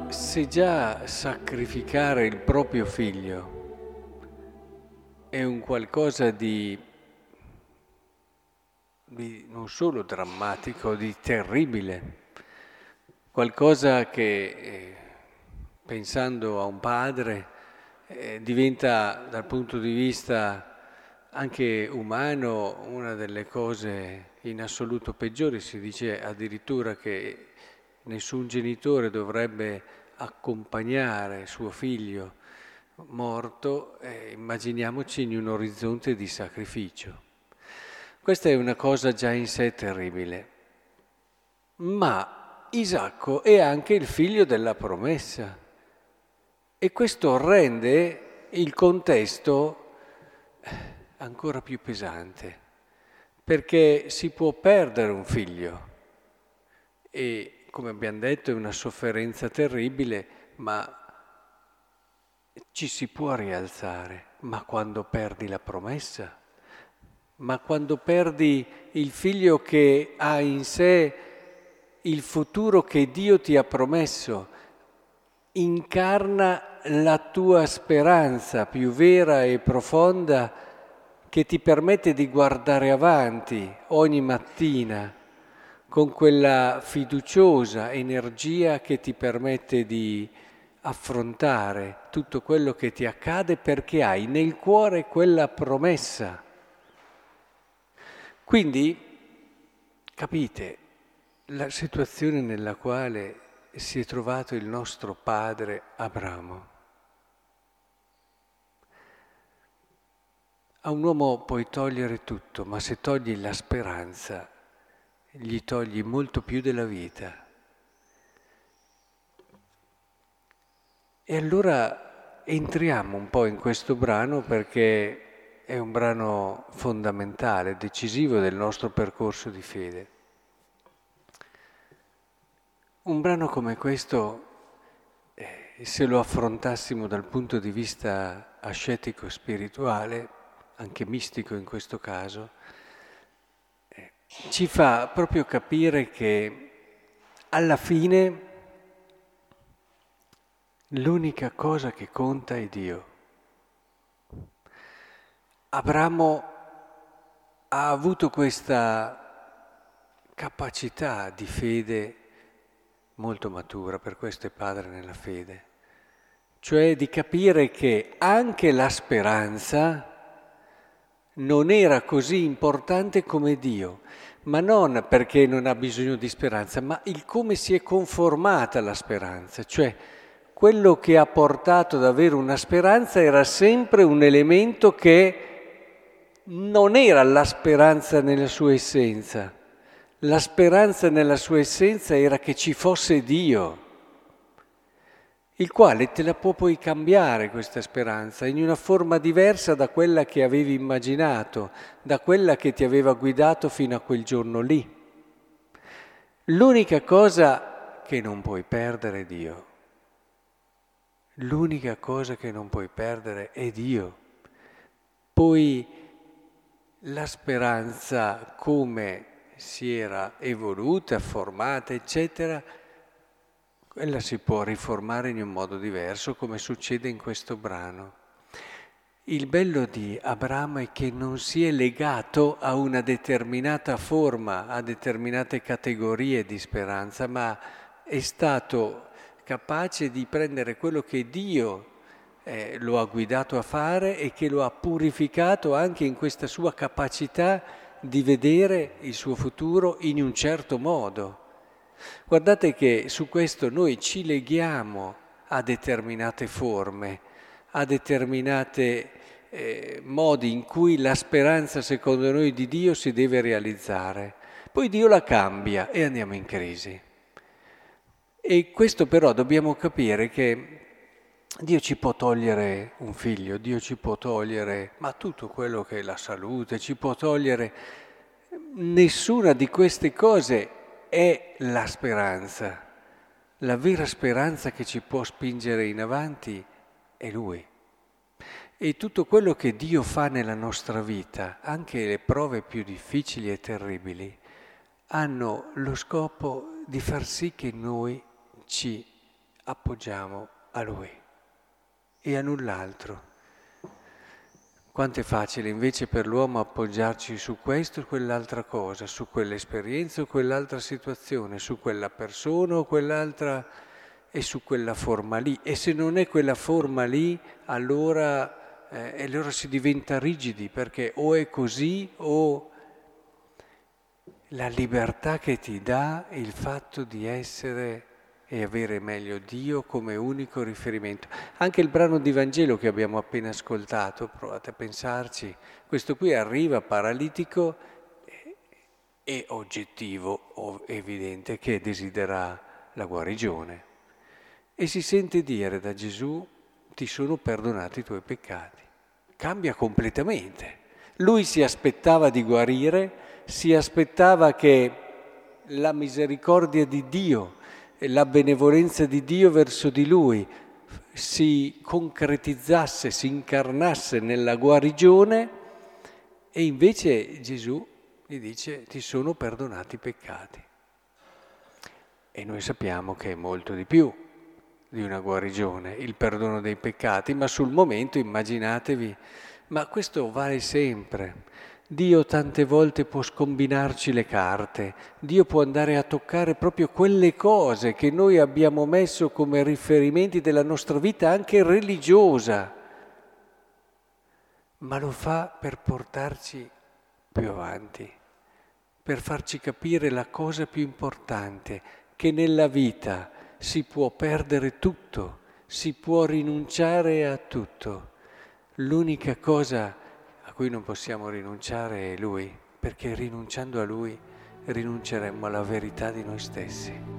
se già sacrificare il proprio figlio è un qualcosa di non solo drammatico, di terribile, qualcosa che, pensando a un padre, diventa dal punto di vista anche umano una delle cose in assoluto peggiori. Si dice addirittura che nessun genitore dovrebbe accompagnare suo figlio morto, immaginiamoci in un orizzonte di sacrificio. Questa è una cosa già in sé terribile. Ma Isacco è anche il figlio della promessa e questo rende il contesto ancora più pesante, perché si può perdere un figlio e, come abbiamo detto, è una sofferenza terribile, ma ci si può rialzare. Ma quando perdi la promessa? Ma quando perdi il figlio che ha in sé il futuro che Dio ti ha promesso, incarna la tua speranza più vera e profonda che ti permette di guardare avanti ogni mattina con quella fiduciosa energia che ti permette di affrontare tutto quello che ti accade perché hai nel cuore quella promessa. Quindi, capite, la situazione nella quale si è trovato il nostro padre Abramo. A un uomo puoi togliere tutto, ma se togli la speranza, gli togli molto più della vita. E allora entriamo un po' in questo brano perché è un brano fondamentale, decisivo del nostro percorso di fede. Un brano come questo, se lo affrontassimo dal punto di vista ascetico e spirituale, anche mistico in questo caso, ci fa proprio capire che alla fine l'unica cosa che conta è Dio. Abramo ha avuto questa capacità di fede molto matura, per questo è padre nella fede, cioè di capire che anche la speranza non era così importante come Dio, ma non perché non ha bisogno di speranza, ma il come si è conformata la speranza, cioè quello che ha portato ad avere una speranza era sempre un elemento che non era la speranza nella sua essenza. La speranza nella sua essenza era che ci fosse Dio, il quale te la può poi cambiare questa speranza in una forma diversa da quella che avevi immaginato, da quella che ti aveva guidato fino a quel giorno lì. L'unica cosa che non puoi perdere è Dio. L'unica cosa che non puoi perdere è Dio. Poi la speranza, come si era evoluta, formata, eccetera, quella si può riformare in un modo diverso, come succede in questo brano. Il bello di Abramo è che non si è legato a una determinata forma, a determinate categorie di speranza, ma è stato capace di prendere quello che Dio lo ha guidato a fare e che lo ha purificato anche in questa sua capacità di vedere il suo futuro in un certo modo. Guardate che su questo noi ci leghiamo a determinate forme, a determinate modi in cui la speranza, secondo noi, di Dio si deve realizzare. Poi Dio la cambia e andiamo in crisi. E questo però dobbiamo capire che Dio ci può togliere un figlio, Dio ci può togliere, ma tutto quello che è la salute, ci può togliere. Nessuna di queste cose è la speranza. La vera speranza che ci può spingere in avanti è Lui. E tutto quello che Dio fa nella nostra vita, anche le prove più difficili e terribili, hanno lo scopo di far sì che noi ci appoggiamo a Lui e a null'altro. Quanto è facile invece per l'uomo appoggiarci su questo o quell'altra cosa, su quell'esperienza o quell'altra situazione, su quella persona o quell'altra e su quella forma lì. E se non è quella forma lì, allora si diventa rigidi, perché o è così o la libertà che ti dà il fatto di essere e avere meglio Dio come unico riferimento. Anche il brano di Vangelo che abbiamo appena ascoltato, provate a pensarci, questo qui arriva paralitico e oggettivo, evidente, che desidera la guarigione. E si sente dire da Gesù, ti sono perdonati i tuoi peccati. Cambia completamente. Lui si aspettava di guarire, si aspettava che la misericordia di Dio e la benevolenza di Dio verso di lui si concretizzasse, si incarnasse nella guarigione, e invece Gesù gli dice ti sono perdonati i peccati. E noi sappiamo che è molto di più di una guarigione, il perdono dei peccati, ma sul momento immaginatevi, ma questo vale sempre. Dio tante volte può scombinarci le carte, Dio può andare a toccare proprio quelle cose che noi abbiamo messo come riferimenti della nostra vita anche religiosa, ma lo fa per portarci più avanti, per farci capire la cosa più importante, che nella vita si può perdere tutto, si può rinunciare a tutto. L'unica cosa a cui non possiamo rinunciare è Lui, perché rinunciando a Lui rinunceremmo alla verità di noi stessi.